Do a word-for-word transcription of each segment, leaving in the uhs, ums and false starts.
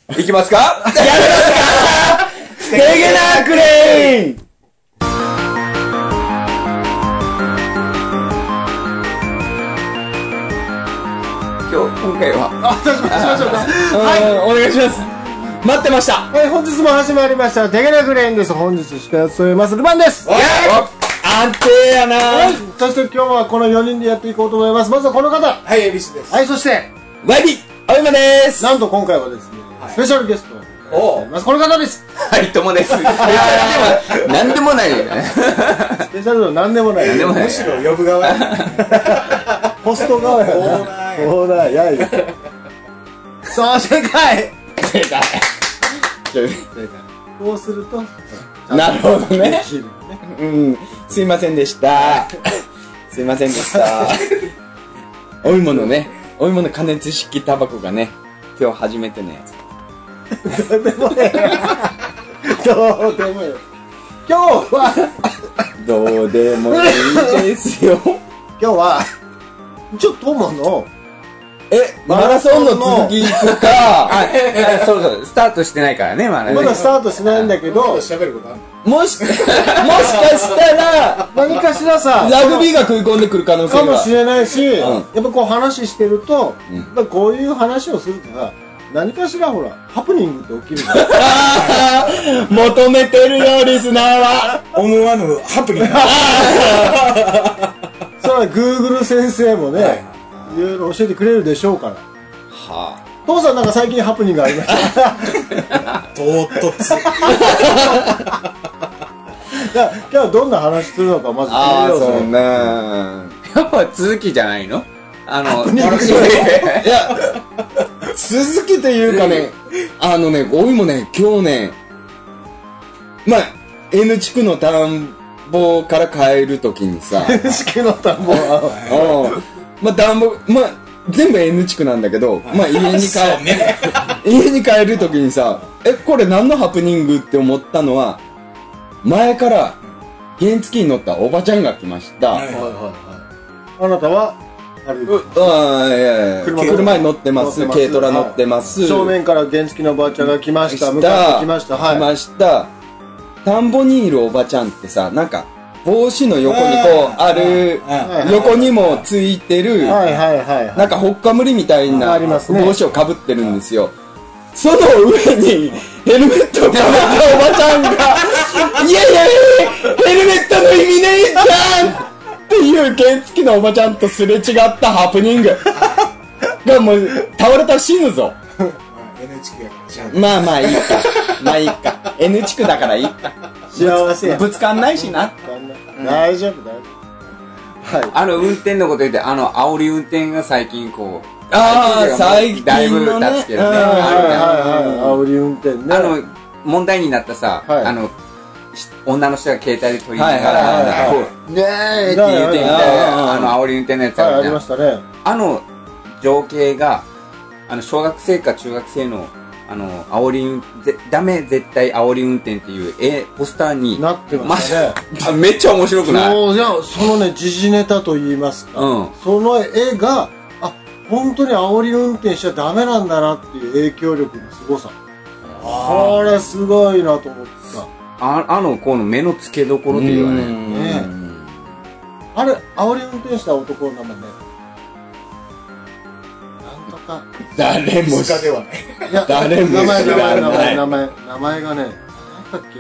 いきますか？やめますか？ ステゲナークレイン。 今日、今回は。 あ、どうしましょうか。 はい、お願いします。待ってました。 はい、本日も始まりました。ステゲナークレインです。本日司会を務めます、ルパンです。 安定やな。 はい、そして今日はこのよにんでやっていこうと思います。まずはこの方。 はい、エビスです。 はい、そして、 ワイビー、青山です。 なんと今回はですね、はい、スペシャルゲスト。おまずこの方です。 はい、ともです。いやいや、なんでもないよね。 スペシャルのなんでもない。 なんでもない。 むしろ呼ぶ側。 ホスト側やな。オーナー。オーナーやい。そう、正解。 正解。 正解。こうすると。 なるほどね。うん、すいませんでした。すいませんでした。お芋のね、お芋の加熱式タバコがね、今日初めてのやつ。 どうでもええ。どうでもええ。今日はどうでもいいですよ。 今日はちょっと友のえマラソンの続き行くか。 あ、そうそう、スタートしてないからね、まだね。 まだスタートしないんだけど、 喋ることある。 もしもしかしたら何かしらさラグビーが食い込んでくる可能性がかもしれないし、 うん、 やっぱこう話してると、 うん、 やっぱこういう話をするとさ、何かしらほらハプニングって起きるから求めてるよリスナーは。 思わぬハプニング。 それはグーグル先生もね、はい、いろいろ教えてくれるでしょうから。はあ。父さんなんか最近ハプニングありました。 唐突。 じゃあ今日はどんな話するのかまず決めよう。 そうね。 やっぱ続きじゃないの？あの、いや、続きというかね、あのね、おいもね、今日ね、まあ、N 地区の田んぼから帰るときにさ、 N 地区の田んぼは、 まあ、田んぼ、まあ、全部 N 地区なんだけど、まあ、家に帰る、 ね、 家に帰るときにさ、え、これ何のハプニングって思ったのは、前から原付に乗ったおばちゃんが来ました。はいはいはい。 あなたはあれ、 ああ、いやいや、車に乗ってます。軽トラ乗ってます。 正面から原付のおばあちゃんが来ました。向かってきました。はい。 来ました。田んぼにいるおばちゃんってさ、なんか帽子の横にこうある、横にもついてる、 はいはいはい。 なんかほっかむりみたいな帽子をかぶってるんですよ。その上にヘルメットをかぶったおばちゃんが、いやいやいや、ヘルメットの意味ねえじゃんっていう原付のおばちゃんとすれ違ったハプニングがもう倒れたら死ぬぞ。 N 地区やからしゃあない。 まあまあいいか。まあいいか。N 地区だからいいか。 幸せや。 ぶつかんないしな。 大丈夫大丈夫。はい。 あの運転のこと言って、あの煽り運転が最近こう。 ああ、最近のね。 だいぶ経つけどね。 はいはいはい。煽り運転ね。 あの、問題になったさ、あの、女の人が携帯で撮りながら、こう、ねーって言ってみたあの煽り運転のやつありましたね。 あの情景が、あの、小学生か中学生の、あの、煽り運転、ダメ絶対煽り運転っていう絵、ポスターになってましたね。 めっちゃ面白くない？ そう、じゃあ、そのね、時事ネタと言いますか。うん。その絵が、あ、本当に煽り運転しちゃダメなんだなっていう影響力のすごさ。これすごいなと思った。 あ, あのこの目の付けどころというかね。 ねあれ、煽り運転した男の名前ね。なんとか。 誰も知らではない。 いや、 誰も名前、名前、名前、 知らない。 名前、名前がね、なんだっけ。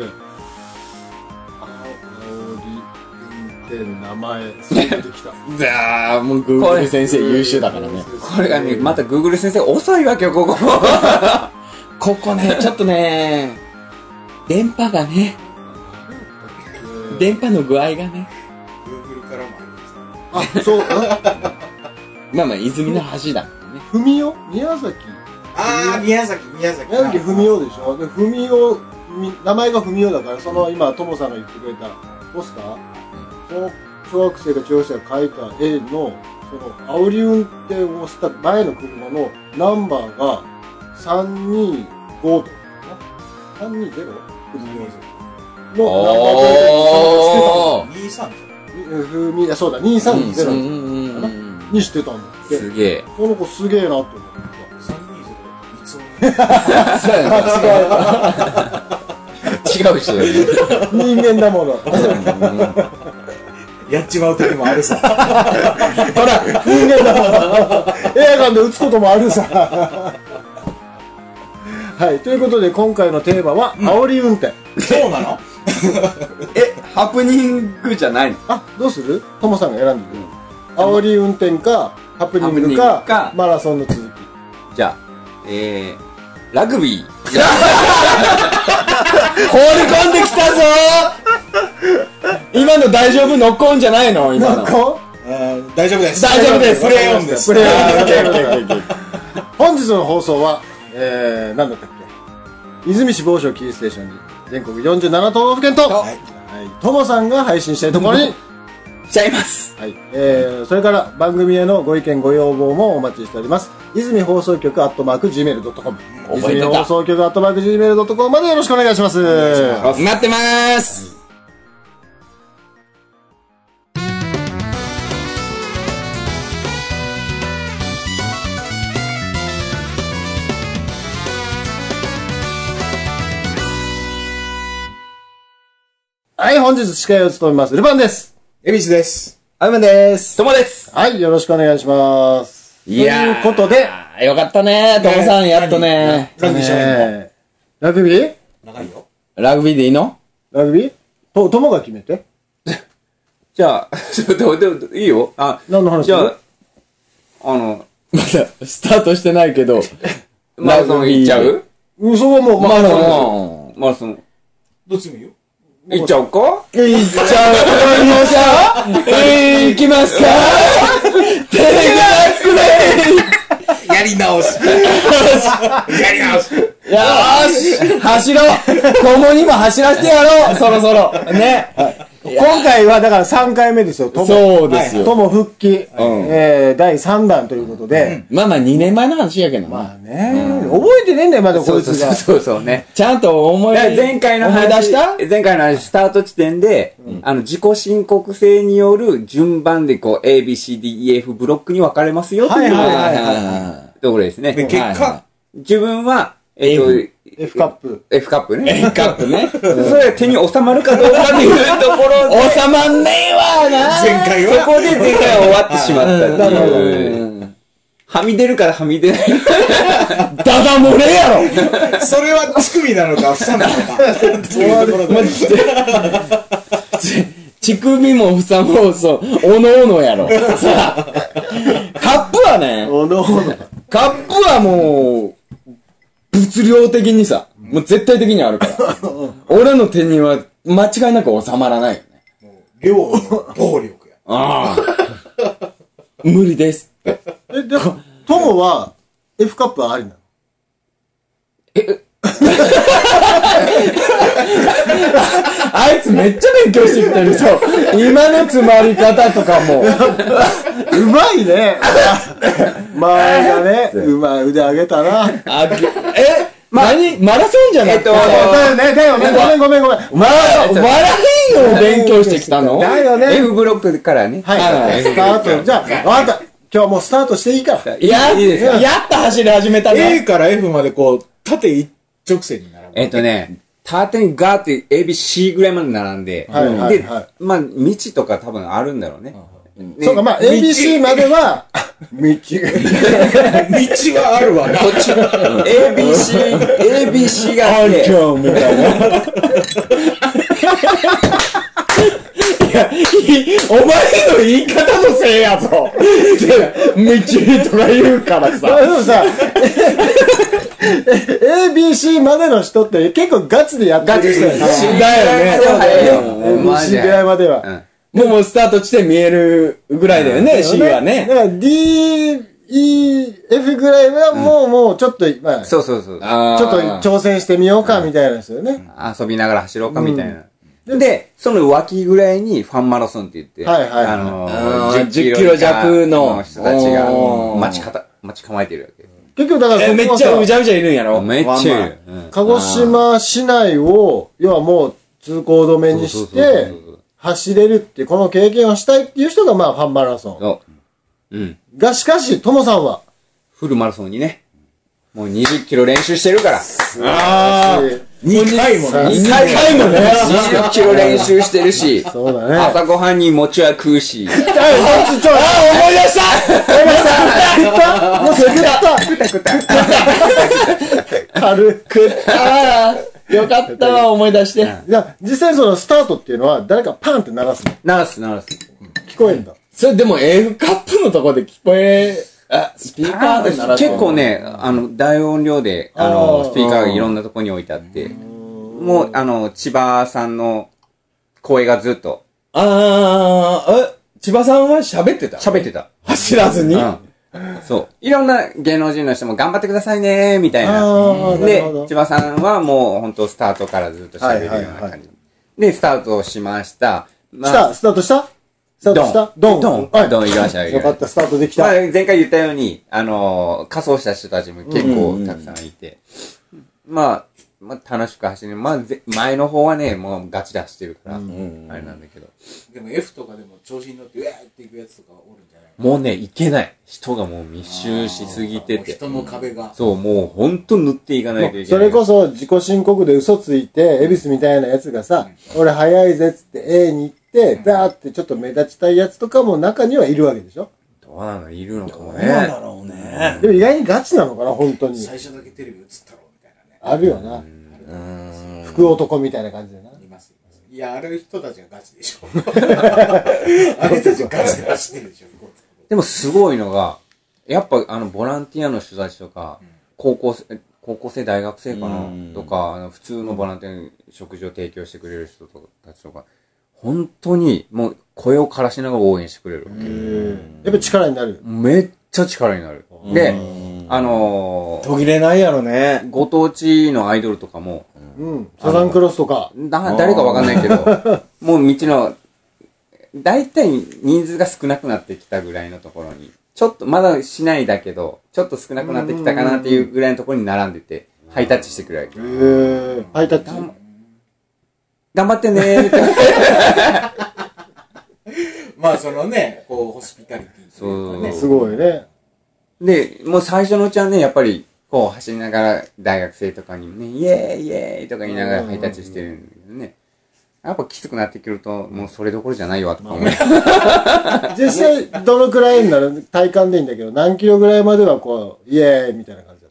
煽り運転、名前、すぐ出てきた。 じゃあ、もう Google 先生優秀だからね。 これがね、また Google 先生遅いわけよ、ここ。 ここね、ちょっとね、電波がね、電波の具合がね。 Google からもありました。 あ、そう、 まあまあ、泉の橋だね。 ふみお宮崎。 ああ、宮崎、宮崎。 宮崎ふみおでしょ。で、ふみお、名前がふみおだから、その今、ともさんが言ってくれたポスター、その小学生か中学生が描いた絵の、その、煽り運転をした前の車のナンバーがさんにごとかな。さんにゼロのナンバープレートにしてたの。 にじゅうさんふみ、そうだ、にさんゼロにしてたんだって。 すげえ。 その子すげえなって思った。 さんにじゅうゼロいつも違う人だね。 人間だもの。 やっちまう時もあるさ。 ほら、人間だもの。エアガンで撃つこともあるさ。はい、ということで今回のテーマは、煽り運転。 そうなの？ え、ハプニングじゃないの？ あ、どうする？トモさんが選んでくる。煽り運転か、ハプニングハプニングかか、 マラソンの続き。 じゃあ、えー、ラグビー。 放り込んできたぞー。今の大丈夫？ノックオンじゃないの？今の。 ノックオン？ 大丈夫です。 大丈夫です。 プレイオンです。 プレイオン。本日の放送は、えー、なんだったっけ？泉市某所キーステーションに全国よんじゅうなな都道府県と、 はい。 はい、トモさんが配信したいところに、 しちゃいます。 はい、えー、それから番組へのご意見ご要望もお待ちしております。泉放送局アットマーク ジーメールドットコム、 泉覚えてた放送局アットマーク ジーメールドットコム までよろしくお願いします。 待ってまーす。 はい、本日司会を務めますルパンです。 恵比寿です。 あゆめです。 ともです。 はい、よろしくお願いします。 いやー。 ということで、 よかったねー、ともさん、やっとねラグビー少年えーラグビーも。長いよ。 ラグビーでいいの？ ラグビーと、ともが決めて。 じゃあ、ちょっと、でも、いいよ。あ、 何の話じゃあ、あの、 まだ、スタートしてないけど。 マラソン行っちゃう？ うん、そこはもう、 マラソソン。 マラソン、 どっちもいいよ。 行っちゃうか？ 行っちゃう。行きますか？行きますか？手がやり直し。やり直し。 よーし走ろう。共にも走らせてやろう。そろそろ。ね。 今回はだからさんかいめですよ、とも。 そうですよ。 とも復帰、えー、だいさんだんということで。 まあまあにねんまえの話やけどな。 まあね、覚えてねえんだよ、まだこいつが。 そうそうね。 ちゃんと思い、 前回の話、 思い出した前回の話、スタート地点で、あの、自己申告制による順番でこう、A、B、C、D、E、F ブロックに分かれますよ、というはいはいはいところですね。 で、結果、 自分は、えっと、 F カップ。 F カップね。 F カップね。 それが手に収まるかどうかっていうところで、 収まんねえわな。 前回は、 そこで前回は終わってしまったってなるほどいう。はみ出るからはみ出ない。 ダダ漏れやろ。 それは乳首なのか、房なのか。というところで。 乳首も房もそう、おのおのやろ。さあ、カップはね、 おのおの。 カップはもう、物量的にさ、もう絶対的にあるから。俺の手には間違いなく収まらないよね。 量の暴力や。 ああ。無理ですって。 え、でも、ともは F カップはありなの？ あいつめっちゃ勉強してきてるぞ。今の詰まり方とかも。 うまいね。前がね、うまい腕上げたな。 あえ、何マラソンじゃなくてさ、 だよね、だよね、ごめんごめんごめん。 マラ、マラヘンを勉強してきたの？ だよね。 F ブロックからね。 はい、 はいスタート。じゃあ、わかった。今日はもうスタートしていいから。 いや、 いいですか？ やっと走り始めた A ね。 から F までこう、縦一直線に並ぶ。 えっとね、縦にガーって A、B、C ぐらいまで並んで、 はいはいではい、 まあ、道とか多分あるんだろうね。でそうか、まあ、エービーシー までは、道が。 道はあるわな。 こっち、A、B、C、A、B、C があって、 今日みたいな。いや、いお前の言い方のせいやぞ。道とか言うからでさ。 もさ、エービーシー までの人って結構ガチでやってる人やな。 ガチでだよね。 そうだよ。 エービーシー ぐらいまでは。 うんもうスタート地点見えるぐらいだよね、C はだね。 から D、E、F ぐらいはもう、もうちょっと、まあ、ちょそうそうそう。 っと挑戦してみようかみたいなんですよね。 遊びながら走ろうかみたいな。で、その脇ぐらいにファンマラソンって言って、 はいはいあのあーー、 じゅっキロ弱の人たちがおー待ちかた、待ち構えてるわけ。 結局だからそえめっこはさ、 ちゃうじゃうじゃいるんやろ。 めっちゃいる。うん鹿児島市内を、要はもう通行止めにしそうそうそうて、走れるっていう、この経験をしたいっていう人が、まあ、ファンマラソン。 そう。うん。 が、しかし、ともさんは、 フルマラソンにね。 もうにじゅっキロ練習してるから。 ああ、にかいもね。にかいもね。 にじゅっキロ練習してるし、 そうだね。 朝ごはんに餅は食うし。 ああ、思い出した思い出したもうそれ食った食った食った軽い。 食ったよかったわ、思い出して。 いや、実際そのスタートっていうのは誰かパンって鳴らすの鳴らす鳴らす。 聞こえんだ。 それでも エフ カップのとこで聞こえ、あ、スピーカーで鳴らす。 結構ね、あの、大音量で、あの、スピーカーがいろんなとこに置いてあって、もう、あの、千葉さんの声がずっと。 あー、え、千葉さんは喋ってた喋ってた。 走らずに、うん、 そう。いろんな芸能人の人も頑張ってくださいね、みたいな。で、千葉さんはもう本当スタートからずっと喋るような感じ。はいはいはい、で、スタートしました。 まあ、したスタートしたスタートしたドンドンはい。ドンいらっしゃい。 よかった、スタートできた。 まあ、前回言ったように、あのー、仮装した人たちも結構たくさんいて。まあ、まあ、楽しく走る。まあ、前の方はね、もうガチで走ってるから、あれなんだけど。 でも F とかでも調子に乗って、うわーっていくやつとかおるんじゃない？ もうね、いけない。人がもう密集しすぎてて。 人の壁が。 そう、もうほんと塗っていかないといけない。 それこそ自己申告で嘘ついて、恵比寿みたいなやつがさ、うん、俺早いぜっつって A に行って、ザーってちょっと目立ちたいやつとかも中にはいるわけでしょ？ どうなのいるのかもね。 どうなんだろうね。 でも意外にガチなのかな、本当に。 最初だけテレビ映ったろみたいなね。 あるよな。うん。福男みたいな感じでな。 います、います。いや、ある人たちがガチでしょ。あの人たちがガチで走ってるでしょ。 でもすごいのが、やっぱあのボランティアの人たちとか、うん、高校生、高校生、大学生かなとか、あの普通のボランティアに食事を提供してくれる人たちとか、本当にもう声を枯らしながら応援してくれるわけ。 やっぱ力になる。 めっちゃ力になる。で、あのー、途切れないやろね。 ご当地のアイドルとかも、 うん、サザンクロスとか。 だ、誰かわかんないけど、もう道の、だいたい人数が少なくなってきたぐらいのところに、ちょっと、まだしないだけど、ちょっと少なくなってきたかなっていうぐらいのところに並んでて、ハイタッチしてくれる。 へー。ハイタッチ。 頑張ってねーって。 まあそのね、こう、ホスピタリティというかね。 すごいね。 で、もう最初のうちはね、やっぱり、こう走りながら大学生とかにもね、イエーイイエーイとか言いながらハイタッチしてるんだけどね。やっぱきつくなってくると、もうそれどころじゃないわとか思う。 実際、どのくらいになる体感でいいんだけど、何キロぐらいまではこう、イエーイみたいな感じだった。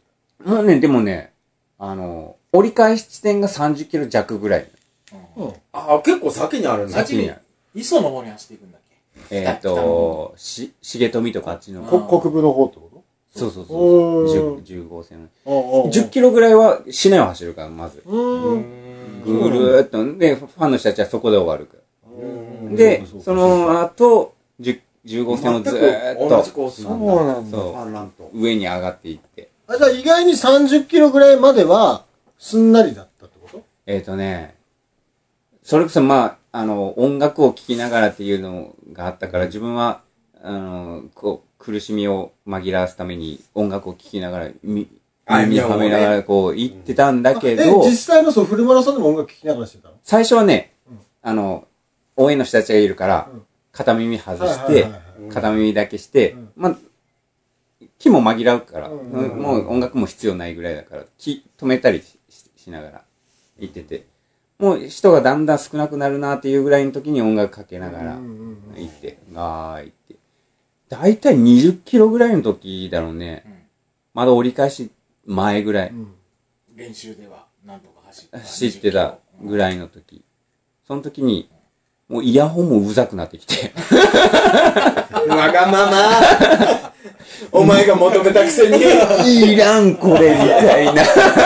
もうね、でもね、あの、折り返し地点がさんじゅっキロ弱ぐらい。 うん、ああ、結構先にあるんだ。 先にある。磯の方に走っていくんだっけ？ えっと、し、重富とかあっちの。 国部の方ってこと？ そうそうそう。じゅうごせん。じゅっキロぐらいは市内を走るから、まず。ぐるーっと。で、ファンの人たちはそこで終わるから。で、その後、じゅうごせんをずーっと。 そうなんだ。 上に上がっていって。 あ、じゃあ意外にさんじゅっキロぐらいまでは、すんなりだったってこと？ えっとね、それこそまあ、あの、音楽を聴きながらっていうのがあったから、自分は、あの、こう、苦しみを紛らわすために音楽を聴きながら、み、耳をはめながらこう、行ってたんだけど、 え、実際のそう、フルマラソンでも音楽聴きながらしてたの？ 最初はね、あの、応援の人たちがいるから、片耳外して、片耳だけして、まあ、気も紛らうから、もう音楽も必要ないぐらいだから、気止めたり し, しながら行ってて、もう人がだんだん少なくなるなっていうぐらいの時に音楽かけながら行って、ガー行って。だいたいにじゅっキロぐらいの時だろうね。うん、まだ折り返し前ぐらい。うん、 練習では何とか走ってた。 走ってたぐらいの時。その時に、もうイヤホンもうざくなってきて。 わがままお前が求めたくせに。 いらんこれみたいな。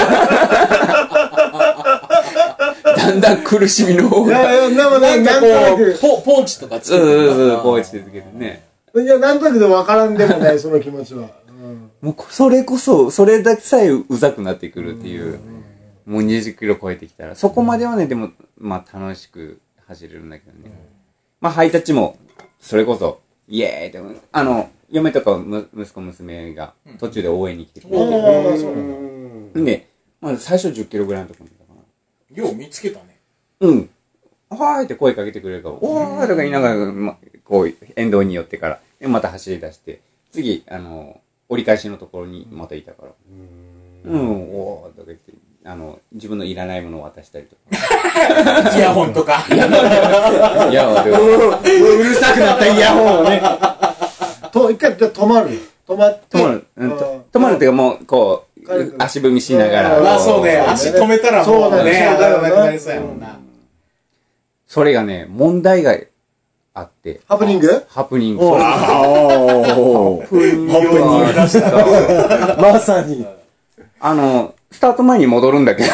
だんだん苦しみの方が。 いやいや、なんかこう、 ポ、ポーチとかつけてる。そうそうそう、ポーチでつけてね。 いや、なんとなくでもわからんでもない、その気持ちは。 うん、もう、それこそ、それだけさえうざくなってくるっていう。うもうにじゅっキロ超えてきたら。そこまではね、でも、まあ楽しく走れるんだけどね。うん、まあハイタッチも、それこそ、イエーイって、あの、嫁とかむ息子娘が途中で応援に来てくれて。うん、で、まあ最初じゅっキロぐらいのところにいたかな。よう見つけたね。 うん。はーいって声かけてくれるから、おーいとか言いながら、ま、こう、沿道に寄ってから、でまた走り出して、次、あの、折り返しのところにまたいたから。 うん、おーとか言って、あの、自分のいらないものを渡したりとか。 イヤホンとか。 いや、俺は。うるさくなったイヤホンをね。 と、一回、じゃ止まる。止まって。 止まる。うん、止まるっていうかもう、こう、足踏みしながら。 まあそうね、足止めたらもうね、上がらなくなりそうやもんな。 それがね、問題があって。 ハプニングハプニング。 ハプニング。 まさに。 あの、スタート前に戻るんだけど。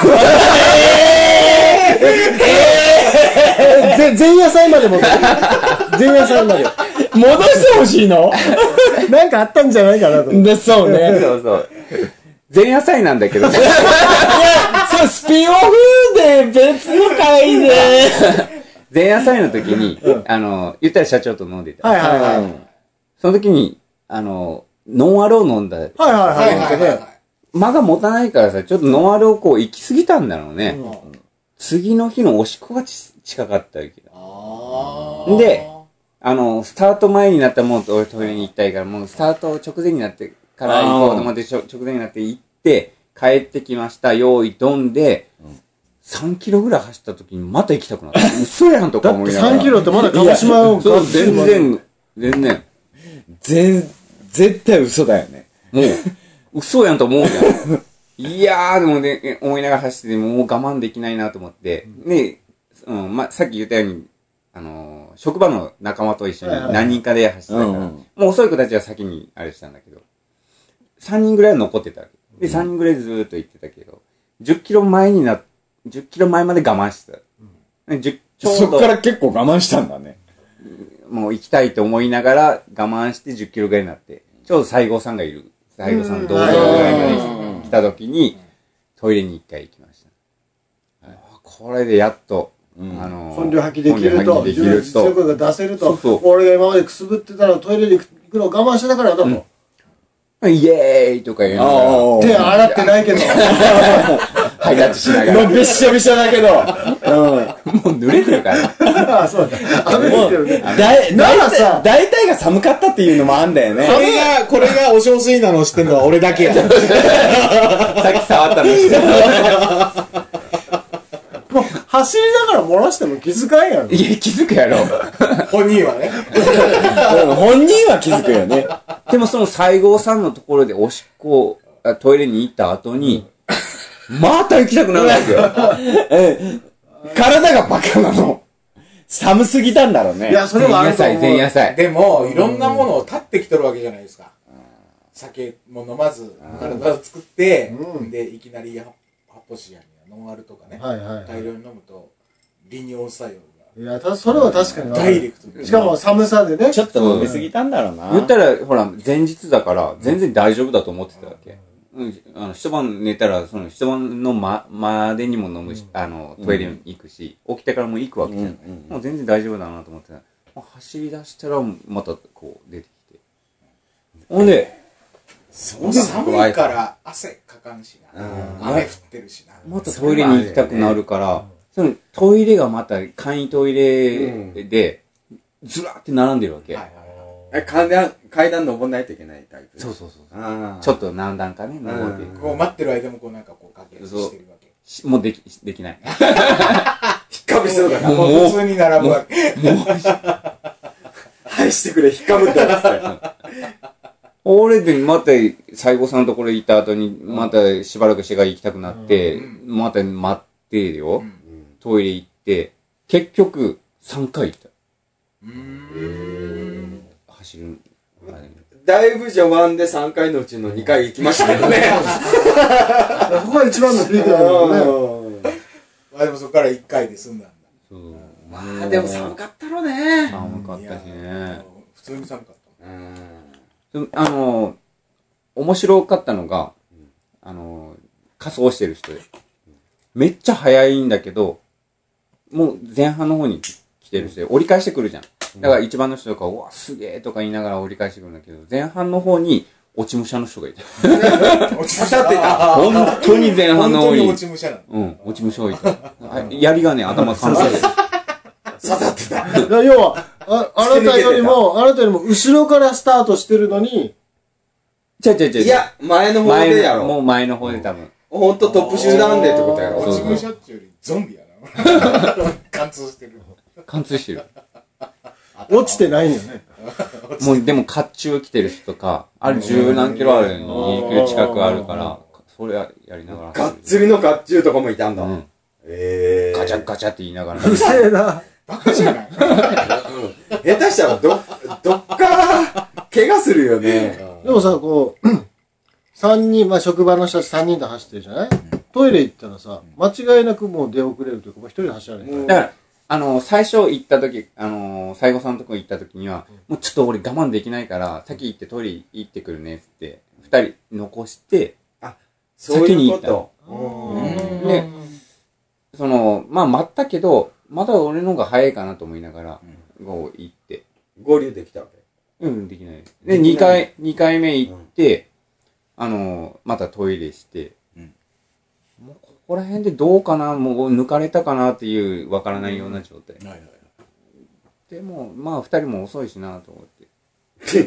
前夜祭まで戻る。前夜祭まで。 戻してほしいのなんかあったんじゃないかなと。 で、そうね。 そうそう。前夜祭なんだけど。いや、 そう、スピンオフで別の回で。 前夜祭の時に、うん、あの、言ったら社長と飲んでた。 はいはいはい。 その時に、あの、ノンアルを飲んだ。はいはいはいはい。 間が持たないからさ、ちょっとノンアルをこう行き過ぎたんだろうね。うん、次の日のおしっこがち近かったわけだ。で、あの、スタート前になったらもう俺トイレに行きたいから、もうスタート直前になってから行こうと思って直前になって行って、帰ってきました、用意ドンで、さんキロぐらい走った時にまた行きたくなった。嘘やんとか思いながら。 さんキロってまだ鹿児島を。 そう、全然、全然。 全、絶対嘘だよね。 もう、嘘やんと思うじゃん。いやー、でもね、思いながら走ってて、もう我慢できないなと思って。で、うん、ま、さっき言ったように、あのー、職場の仲間と一緒に何人かで走ってたから、はいはい、もう遅い子たちは先にあれしたんだけど、さんにんぐらい残ってたわけ。で、さんにんぐらいずーっと行ってたけど、じゅっキロ前にな、じゅっキロ前まで我慢してた。うん、ちょうどそっから結構我慢したんだね。 もう行きたいと思いながら我慢してじゅっキロぐらいになって、ちょうど西郷さんがいる。西郷さん同僚ぐらいまで来た時に、トイレに一回行きました。これでやっと、 うん、あのー、本領発揮できると、 自分の実力が出せると、 そうそう俺が今までくすぶってたらトイレに行くのを我慢してたからだと。うん、 イエーイとか言うの手洗ってないけど。 ハイタッチしながら。 もうびっしょびしょだけど。うん。もう濡れてるから。 ああ、そうだ。雨降ってるね。 だい、ならさ、大体が寒かったっていうのもあんだよね。 これが、これがお小水なの知ってんのは俺だけや。さっき触ったの知ってる。 もう、走りながら漏らしても気づかんやろ。 いや、気づくやろ。 本人はね。 本人は気づくよね。 でもその西郷さんのところでおしっこ、トイレに行った後に、また行きたくなるんですよ。 体がバカなの。寒すぎたんだろうね。 いや、それもあると思う。 前夜祭。 でも、いろんなものを立ってきとるわけじゃないですか。酒も飲まず、体を作って、で、いきなり発泡酒やノンアルとかね、大量に飲むと、利尿作用が。 いや、たそれは確かに。 ダイレクトで。 しかも寒さでね。 ちょっと飲みすぎたんだろうな。 言ったら、ほら、前日だから、全然大丈夫だと思ってたわけ。うん、あの一晩寝たら、その一晩のま、までにも飲むし、あの、トイレに行くし、起きてからも行くわけじゃない。もう全然大丈夫だなと思ってた。走り出したら、またこう出てきて。ほんで、 寒いから汗かかんしな。雨降ってるしな。 またトイレに行きたくなるから、そのトイレがまた簡易トイレで、ずらーって並んでるわけ。 え、階段、階段登んないといけないタイプ。 そうそうそう。ちょっと何段かね、登っていく。 こう待ってる間もこうなんかこう駆けしてるわけ。 もうでき、できない。 引っかぶしてるから。 もう普通に並ぶわけ。もう、 はいしてくれ、引っかぶってますって。 俺でまた西郷さんのところ行った後にまたしばらくしてから行きたくなって、また待ってよ、トイレ行って結局さんかい行った。走る。 だいぶ序盤でさんかいのうちのにかい行きましたけどね。 ここが一番のピークだよね。 まあでもそこからいっかいで済んだんだ。 そう。まあでも寒かったろうね。 寒かったしね。 普通に寒かった。 あの、面白かったのが、あの、仮装してる人で。めっちゃ早いんだけど、もう前半の方に来てる人で、折り返してくるじゃん。だから一番の人とか、うわ、すげえとか言いながら折り返してくるんだけど、前半の方に落ち武者の人がいた。 落ち武者ってた。 本当に前半の方に。 本当に落ち武者なの。 うん、落ち武者がいた。槍がね、頭関係で。 刺さってた。 要は、あ、あなたよりも、あなたよりも後ろからスタートしてるのに、 ちゃうちゃうちゃう。 いや、前の方でやろ。 もう前の方で多分。 ほんとトップ集団でってことやろ。 落ち武者っちゅうよりゾンビやな。貫通してる。 貫通してる。 落ちてないんよね。 もうでも甲冑着てる人とか、あれ十何キロあるのににキロ近くあるから、それやりながら。 がっつりの甲冑とかもいたんだ。 うん。 ええ。 ガチャガチャって言いながら。 うるせえな。 バカじゃない。 下手したらど、どっか、怪我するよね。 でもさ、こう、三人、まあ職場の人たち三人で走ってるじゃない、トイレ行ったらさ、間違いなくもう出遅れるというか、もう一人で走らない。 だから、あの、最初行った時、あの、西郷さんのとこ行った時には、もうちょっと俺我慢できないから、先行ってトイレ行ってくるねって、二人残して、 あ、そういうこと。 で、その、まあ待ったけど、まだ俺の方が早いかなと思いながら、こう行って。 合流できたわけ？ うん、できないです。で、二回、二回目行って、あの、またトイレして、もうここら辺でどうかな、もう抜かれたかなっていうわからないような状態。でも、まあ二人も遅いしなと思って。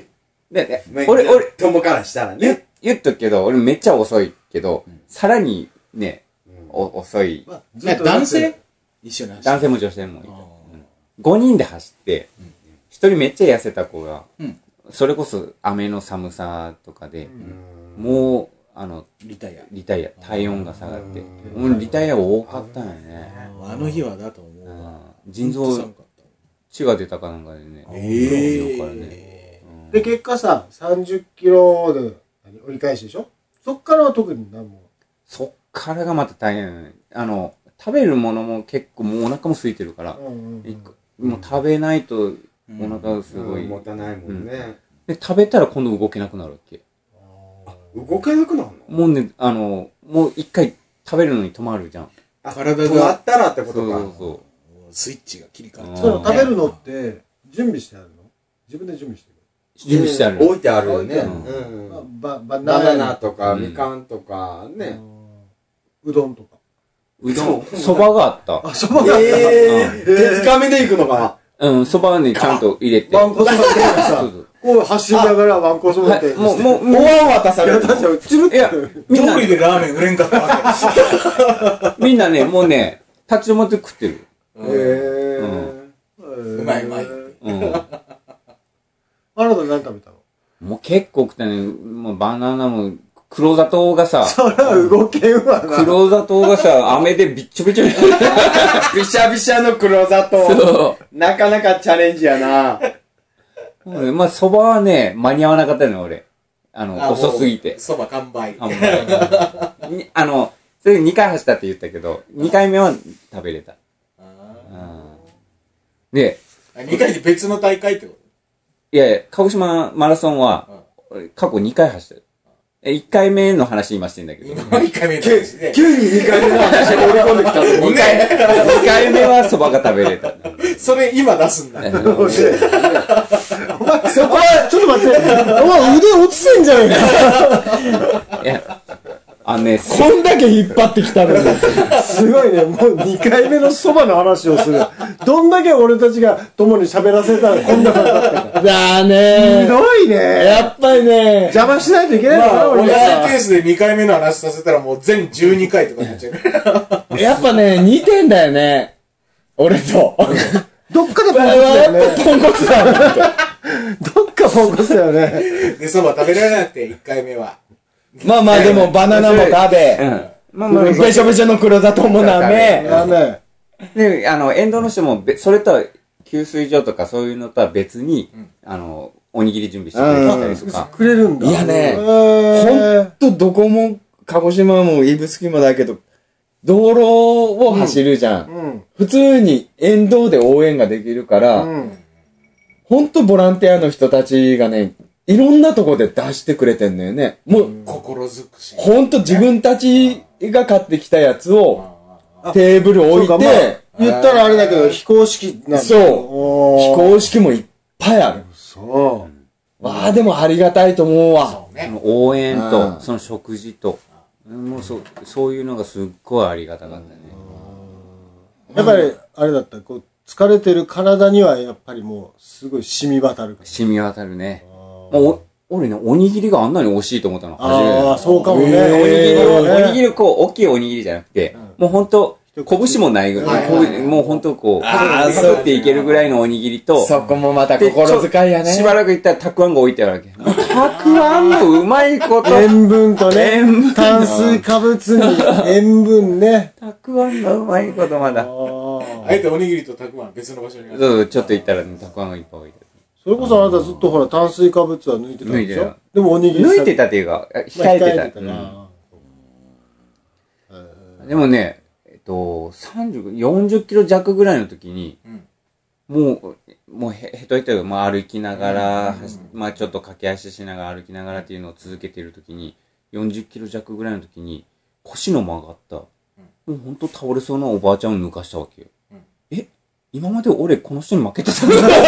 で、で俺、俺、 友からしたらね。 言っとくけど、俺めっちゃ遅いけど、さらにね、お遅い。 男性一緒に走って。 男性も女性もいた。ごにんで走って、ひとりめっちゃ痩せた子が、それこそ雨の寒さとかで、もう、あの、 リタイア。 リタイア。体温が下がって。もうリタイア多かったんよね。 あの日はだと思う。 腎臓、血が出たかなんかでね。 ええ。で、結果さ、さんじゅっキロで折り返しでしょ？そっからは特に何も。 そっからがまた大変。あの、食べるものも結構もうお腹も空いてるから、もう食べないとお腹がすごい。 持たないもんね。 で、食べたら今度動けなくなるわけ。 動けなくなるの？ もうね、あの、もう一回食べるのに止まるじゃん。 体が。止まったらってことか。 そうそう。 スイッチが切り替わって。 その食べるのって準備してあるの？自分で準備してる？ 準備してある。 置いてあるよね。 バナナとか、みかんとか、ね。 うどんとか。 うどん、そばがあった。 あ、そばがあった。 えぇー。手づかみで行くのかな？うん、そばはね、ちゃんと入れて。 ワンコそばってさ、こう走りながらワンコそばって。 もう、もう、 お椀渡される。 いや、 みんなでラーメン売れんかったわけ。みんなね、もうね、立ち止まって食ってる。 へぇー。うまいうまい。うん。 あなた何食べたの？ もう結構食ったね。もうバナナも、黒砂糖がさ、 そら動けんわな。 黒砂糖がさ、飴でびっちょびちょに。 びしゃびしゃの黒砂糖。なかなかチャレンジやな。 まあ、蕎麦はね、間に合わなかったのよ、俺。あの、遅すぎて。 蕎麦完売。 完売。あの、それにかい走ったって言ったけど、にかいめは食べれた。で、 にかいで別の大会ってこと？ いやいや、鹿児島マラソンは、過去にかい走ってる。いっかいめの話今してんだけど。 今いっかいめの話ね。 急ににかいめの話が織り込んできたぞ。 にかい、にかいめは蕎麦が食べれた。 それ今出すんだ。 お前、そこは、ちょっと待って。お前腕落ちてんじゃねえか。 いや、あのね、 こんだけ引っ張ってきたのに。すごいね、もうにかいめの蕎麦の話をする。どんだけ俺たちが共に喋らせたらこんなことだったか。だね。ひどいね。やっぱりね。邪魔しないといけないのかな、 俺。同じペースでにかいめの話させたらもう全じゅうにかいとかになっちゃう。 やっぱね、似てんだよね。俺と。 どっかでポンコツだよね。 ポンコツだよね。 どっかポンコツだよね。 で、蕎麦食べられなくて、いっかいめは。 まあまあでもバナナも食べ、まあまあべしょべしょの黒砂糖も舐め、 舐め。 で、あの、沿道の人も、それとは、給水所とかそういうのとは別に、あの、おにぎり準備してくれたりとか。 くれるんだ。 いやね、ほんとどこも、鹿児島も指宿もだけど、道路を走るじゃん。普通に沿道で応援ができるから、ほんとボランティアの人たちがね、いろんなとこで出してくれてんのよね。もう、 心づくし。 ほんと自分たちが買ってきたやつを、テーブル置いて、 言ったらあれだけど、非公式なんだ。 そう。非公式もいっぱいある。 そう。 わあ、でもありがたいと思うわ。 その応援と、その食事と、もうそう、そういうのがすっごいありがたかったね。 やっぱり、あれだった、こう、疲れてる体にはやっぱりもう、すごい染み渡る。 染み渡るね。もう、 俺ね、おにぎりがあんなに美味しいと思ったの。初めて。 ああ、そうかもね。 おにぎりを、おにぎりこう、大きいおにぎりじゃなくて、もうほんと、拳もないぐらい、もうほんとこう、かぶっていけるぐらいのおにぎりと、 そこもまた心遣いやね。 しばらく行ったらたくあんが置いてあるわけ。たくあんのうまいこと。 塩分とね、炭水化物に塩分ね。 たくあんのうまいことまだ。 あえておにぎりとたくあん別の場所にある。 そうそう、ちょっと行ったらたくあんがいっぱい置いてある。 それこそあなたずっとほら炭水化物は抜いてたでしょ。でもおにぎり抜いてたっていうか、控えてた。でもね、えっと、さんじゅう、よんじゅっキロ弱ぐらいの時に、もう、もうへ、へとへとよ、まあ歩きながら、まあちょっと駆け足しながら歩きながらっていうのを続けている時に、よんじゅっキロ弱ぐらいの時に、腰の曲がった、もうほんと倒れそうなおばあちゃんを抜かしたわけよ。え、今まで俺この人に負けてたんだ。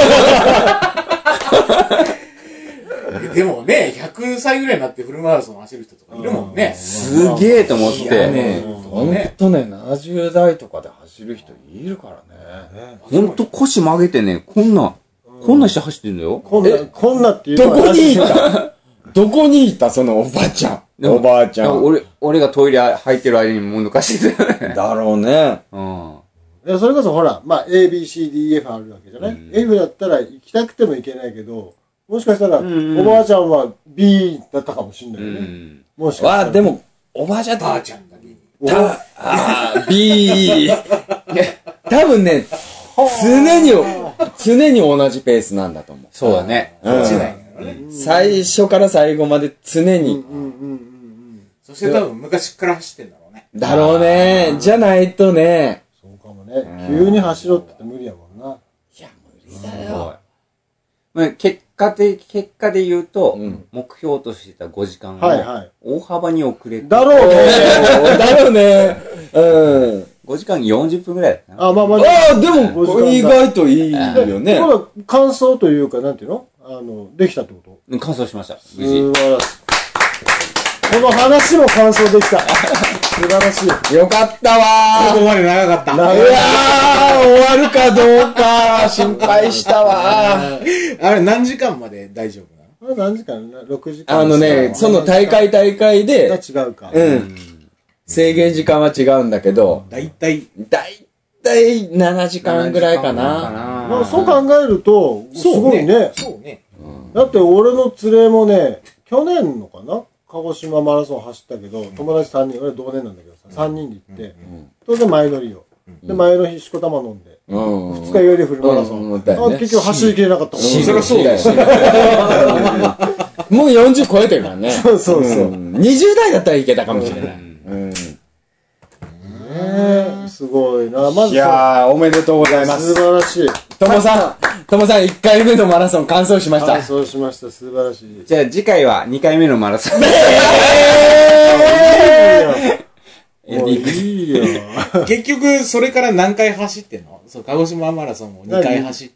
でもね、ひゃくさいぐらいになってフルマラソン走る人とかいるもんね。 すげえと思って。 ね、ほんとね、ななじゅうだいとかで走る人いるからね。 ほんと腰曲げてね、こんな、こんなして走ってんだよ。 こんな、こんなっていうどこにいたどこにいたそのおばあちゃん。おばあちゃん。 俺、俺がトイレ入ってる間にもう抜かしてたよね。 だろうね。 うん。 いや、それこそほら、まあ、A、B、C、D、F あるわけじゃない、うん、?F だったら行きたくても行けないけど、もしかしたら、おばあちゃんは B だったかもしれないよね。うん、もしかしたら。 わあ、でも、おばあちゃんばあちゃんが B。 た、あー、B。多分ね、常に、常に同じペースなんだと思う。 そうだね。 うん、最初から最後まで常に。 そして多分昔から走ってんだろうね。 だろうね。じゃないとね。 そうかもね。急に走ろうって言って無理やもんな。 いや、無理だよ。 結果で、結果で言うと、うん、目標としてたごじかんを大幅に遅れて。 だろうね。 だろうね。うん。 ごじかんよんじゅっぷんぐらいだったな。 あ、まあまあ。 ああ、でも、意外といいよね。 まだ完走というか、なんていうのあの、できたってこと？ 完走しました。 無事。素晴らしい。この話も完走できた。素晴らしい。 よかったわー。 ここまで長かった。 長い。 うわー、終わるかどうか、心配したわー。 あれ何時間まで大丈夫なの？ 何時間 ?ろく 時間。 あのね、その大会大会で。 違うか。 うん。制限時間は違うんだけど。 だいたい。 だいたいななじかんぐらいかな。 まあそう考えると、すごいね。 そうね。 だって俺の連れもね、去年のかな鹿児島マラソン走ったけど、友達さんにん、俺同年なんだけどさ、さんにんで行って、当然前乗りよ。で、前の日しこたま飲んで、ふつか酔いでフルマラソン。結局走りきれなかったもん。 そりゃそうだよ。もうよんじゅう超えてるからね。 そうそうそう。 にじゅうだいだったらいけたかもしれない。 ねえ、すごいな。まずいやー、おめでとうございます。 素晴らしい。 ともさん、ともさんいっかいめのマラソン完走しました。 完走しました。素晴らしい。 じゃあ次回はにかいめのマラソン。 えー、もういいよ。 結局、それから何回走ってんの？そう、鹿児島マラソンをにかい走って、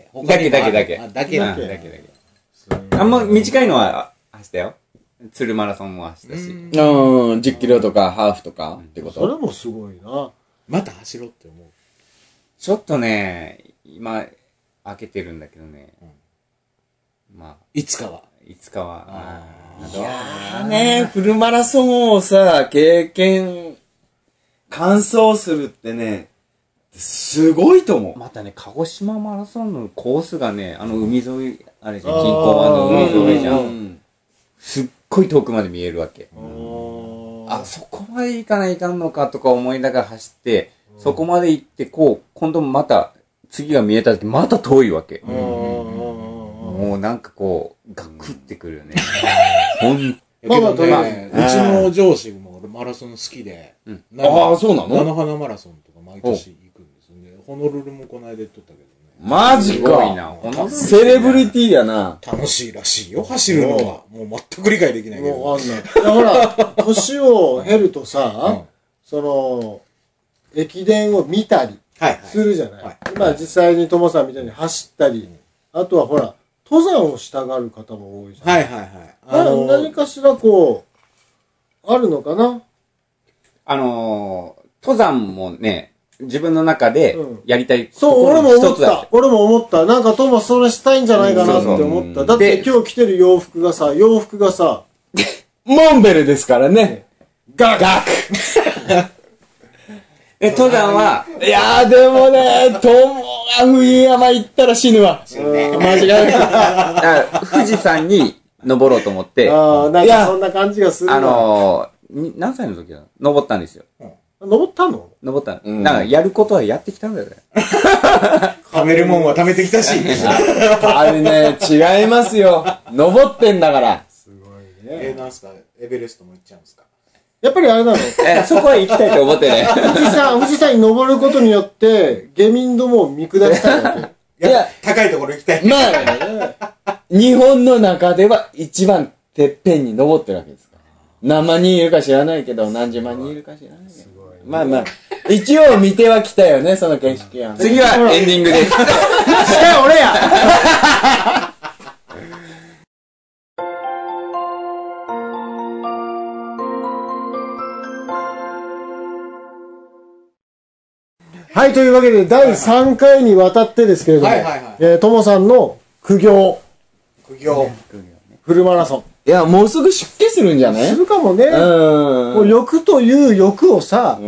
だけだけだけ。 あ、だけだけ。だけだけ。あんま短いのは走ったよ。鶴マラソンも走ったし。 うん、じゅっキロとかハーフとかってこと？ それもすごいな。 また走ろうって思う。 ちょっとね、今、開けてるんだけどね。うん、まあ。 いつかは。 いつかは。 いやーね、フルマラソンをさ、経験、完走するってね、すごいと思う。 またね、鹿児島マラソンのコースがね、あの海沿い、あれじゃん、近郊湾の海沿いじゃん。すっごい遠くまで見えるわけ。あ、そこまで行かないかんのかとか思いながら走って、そこまで行って、こう、今度また、次が見えた時、また遠いわけ。もうなんかこう、ガクってくるよね。ほんまあまあ、ね、うちの上司もマラソン好きで、 うん、ああ、そうなの？ 菜の花マラソンとか毎年行くんですよね。ホノルルもこの間行っとったけどね。 マジか。いな。セレブリティやな。 楽しいらしいよ、走るのは。もう全く理解できないけど。 もうあんない。ほら、年を経るとさ、うん、その、駅伝を見たりするじゃない。はいはい、今実際にともさんみたいに走ったり、うん、あとはほら、登山をしたがる方も多いじゃん。 はいはいはい。 あのー、何かしらこう、あるのかな？ あのー、登山もね、 自分の中でやりたい、 そう、俺も思った。俺も思った。なんかトモそれしたいんじゃないかなって思った。だって今日着てる洋服がさ、洋服がさ、 モンベルですからね。 ガクガクえ、登山は、 いやーでもね、トモが冬山行ったら死ぬわ。間違いなく。富士山に登ろうと思って、 ああ、なんかそんな感じがするわ。 あのー、何歳の時だ登ったんですよ。 登ったの登ったの。うん、なんかやることはやってきたんだよね。 貯めるもんは貯めてきたし。 あれね、違いますよ。登ってんだから。 すごいね。 えー、なんすかエベレストも行っちゃうんですかやっぱりあれなのえ、そこは行きたいと思ってね。 富士山、富士山に登ることによって、下民どもを見下したいわけ。いや、高いところ行きたい。 まあ、日本の中では一番てっぺんに登ってるわけですから。何万人いるか知らないけど、何十万人いるか知らないけど。まあまあ、一応見てはきたよね、その景色は。 次はエンディングです。 下俺やはい、というわけで、だいさんかいにわたってですけれども、はいはいはい、えー、ともさんの苦行。 苦行。 フルマラソン。 いや、もうすぐ出家するんじゃない？ するかもね。うん。もう欲という欲をさ、うん、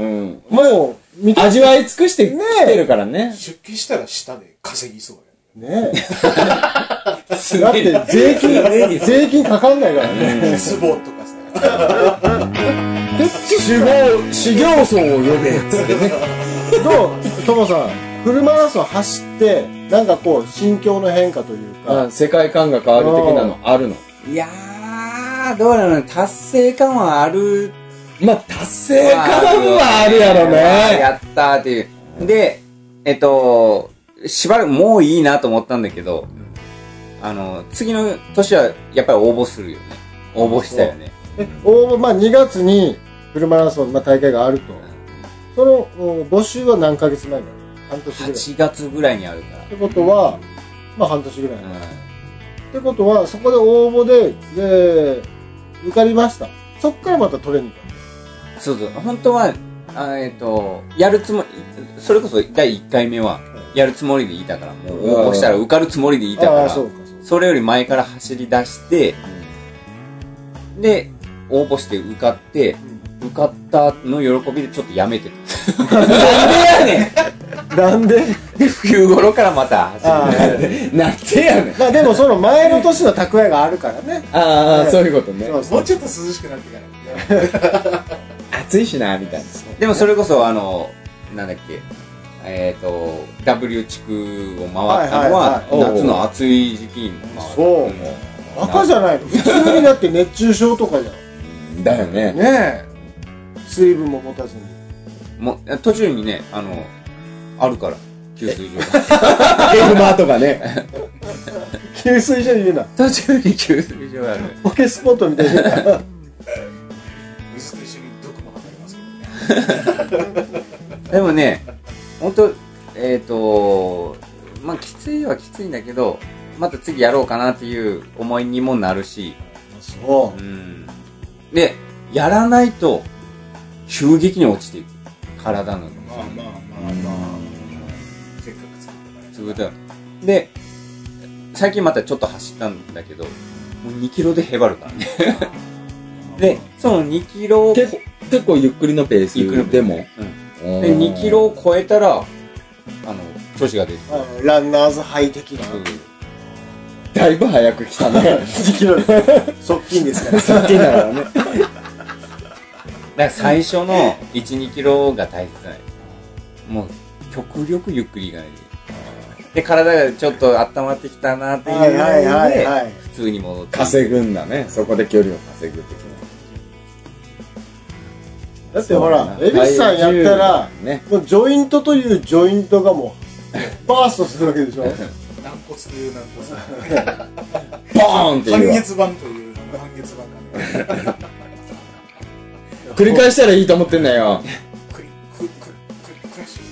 もう、味わい尽くしてきてるからね。 出家したら下で稼ぎそうやね。ねえ。だって税金、税金かかんないからね。 ツボとかさ。 修行、修行僧を呼べっつってね。 どうトモさん、フルマラソン走って、なんかこう、心境の変化というか。 あ、世界観が変わる的なのあるの？ いやー、どうなの、達成感はある。 まあ、達成感はあるやろね。 やったーっていう。で、えっと、しばらくもういいなと思ったんだけど、あの、次の年はやっぱり応募するよね。応募したよね。 え、応募、まあにがつにフルマラソン、まあ大会があると。その募集は何ヶ月前なの？半年ぐらい。 はちがつぐらいにあるから。 ってことは、まあ半年ぐらい。うん、ってことは、そこで応募で、で、受かりました。そっからまたトレーニング。 そうそう。本当は、あえっと、やるつもり、それこそだいいっかいめは、やるつもりでいたから、もう応募したら受かるつもりでいたから、そうかそうかそれより前から走り出して、うん、で、応募して受かって、うん、受かったの喜びでちょっとやめてた。なんでやねんなんでで、冬頃からまた走る。 なんでやねん。 まあでもその前の年の蓄えがあるからね。 ああ、そういうことね。 もうちょっと涼しくなってから。 暑いしな、みたいな。 でもそれこそ、あの、なんだっけ、えっと、ダブリュー 地区を回ったのは、夏の暑い時期に回った。 そう。バカじゃないの。普通にだって熱中症とかじゃん。 だよね。 ねえ。水分も持たずに。 もう、途中にね、あの、あるから、給水所が。エグマとかね。 給水所言うな。 途中に給水所がある。 ポケスポットみたいな。 水と一緒に毒も吐かれますけどね。 でもね、ほんと、えっと、まあ、きついはきついんだけど、また次やろうかなっていう思いにもなるし。 そう。 うん。で、やらないと、急激に落ちていく。体の。まあまあまあまあ。せっかく作ったから。で、最近またちょっと走ったんだけど、もうにキロでへばるからね。で、そのにキロを結構ゆっくりのペース。ゆっくりでも。 うん。で、にキロを超えたら、あの、調子が出る。 ランナーズハイ的な。 だいぶ早く来たね。 にキロで。側近ですから。 側近だからね。 だから最初のいち、にキロが大切ない。もう、極力ゆっくりいかないで。で、体がちょっと温まってきたなっていうので、普通に戻って。 稼ぐんだね。そこで距離を稼ぐ的な。 だってほら、エビスさんやったら、ね、もうジョイントというジョイントがもう、バーストするわけでしょ。 軟骨という軟骨。 ボーンっていう。 半月板という半月板が。 繰り返したらいいと思ってんだよ。 クリククククラッシ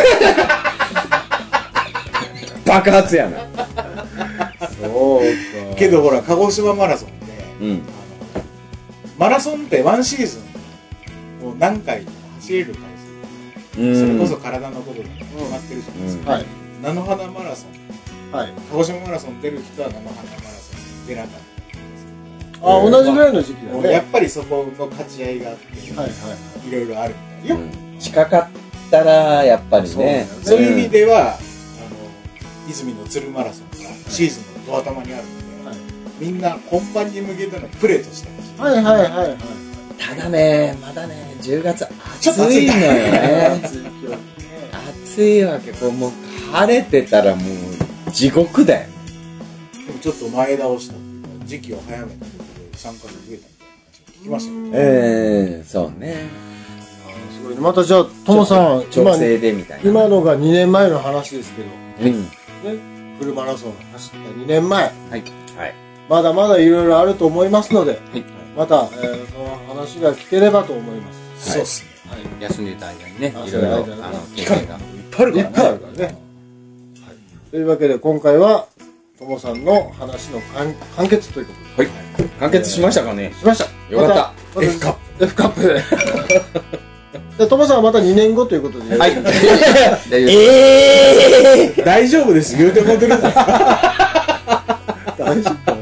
ュ。 爆発やな。 そうか。 けどほら、鹿児島マラソンで、うん、マラソンってワンシーズンを何回走れる回数れこそ体のことが決まってるじゃないですか、はい、菜の花マラソン、はい、鹿児島マラソン出る人は菜の花マラソン出なかったあ、同じぐらいの時期だね。 やっぱりそこの勝ち合いがあって、はいはい、いろいろあるみたいよ、 うん、近かったらやっぱりね、 そういう意味では、あの泉の鶴マラソンがシーズンのド頭にあるので、はい、みんな本番に向けてのプレーとしてます。 はいはいはいはい。 ただね、まだね、じゅうがつ暑いのよね。暑いわけ。こうもう晴れてたらもう地獄だよ。 でもちょっと前倒した時期を早めたことで参加者増えたみたいな話を聞きましたよね。 ええー、そうね。 すごいね。またじゃあトモさん、 調整でみたいな。 今のがにねんまえの話ですけど、 うん、 ね、フルマラソン走ったにねんまえ、 はいはい、 まだまだいろいろあると思いますので、はい、また、えー、その話が聞ければと思います。 はい、そうですね。 はい、休んでた間にね、いろいろあの経験がいっぱいあるからね。いっぱいあるからね。はい、というわけで今回はトモさんの話の完結ということで、 はい、完結しましたかね。 しました。 よかった。 また F カップ F カップで。でトモさんはまたにねんごということで。はい。 えー、大丈夫です。言うてもてる。大丈夫。 大丈夫。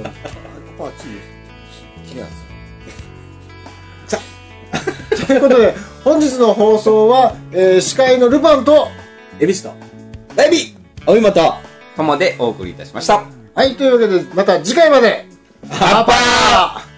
ということで本日の放送は、えー、司会のルパンとエビスとエビおいまたトモでお送りいたしました。 はい、というわけでまた次回まで。 ハッパー。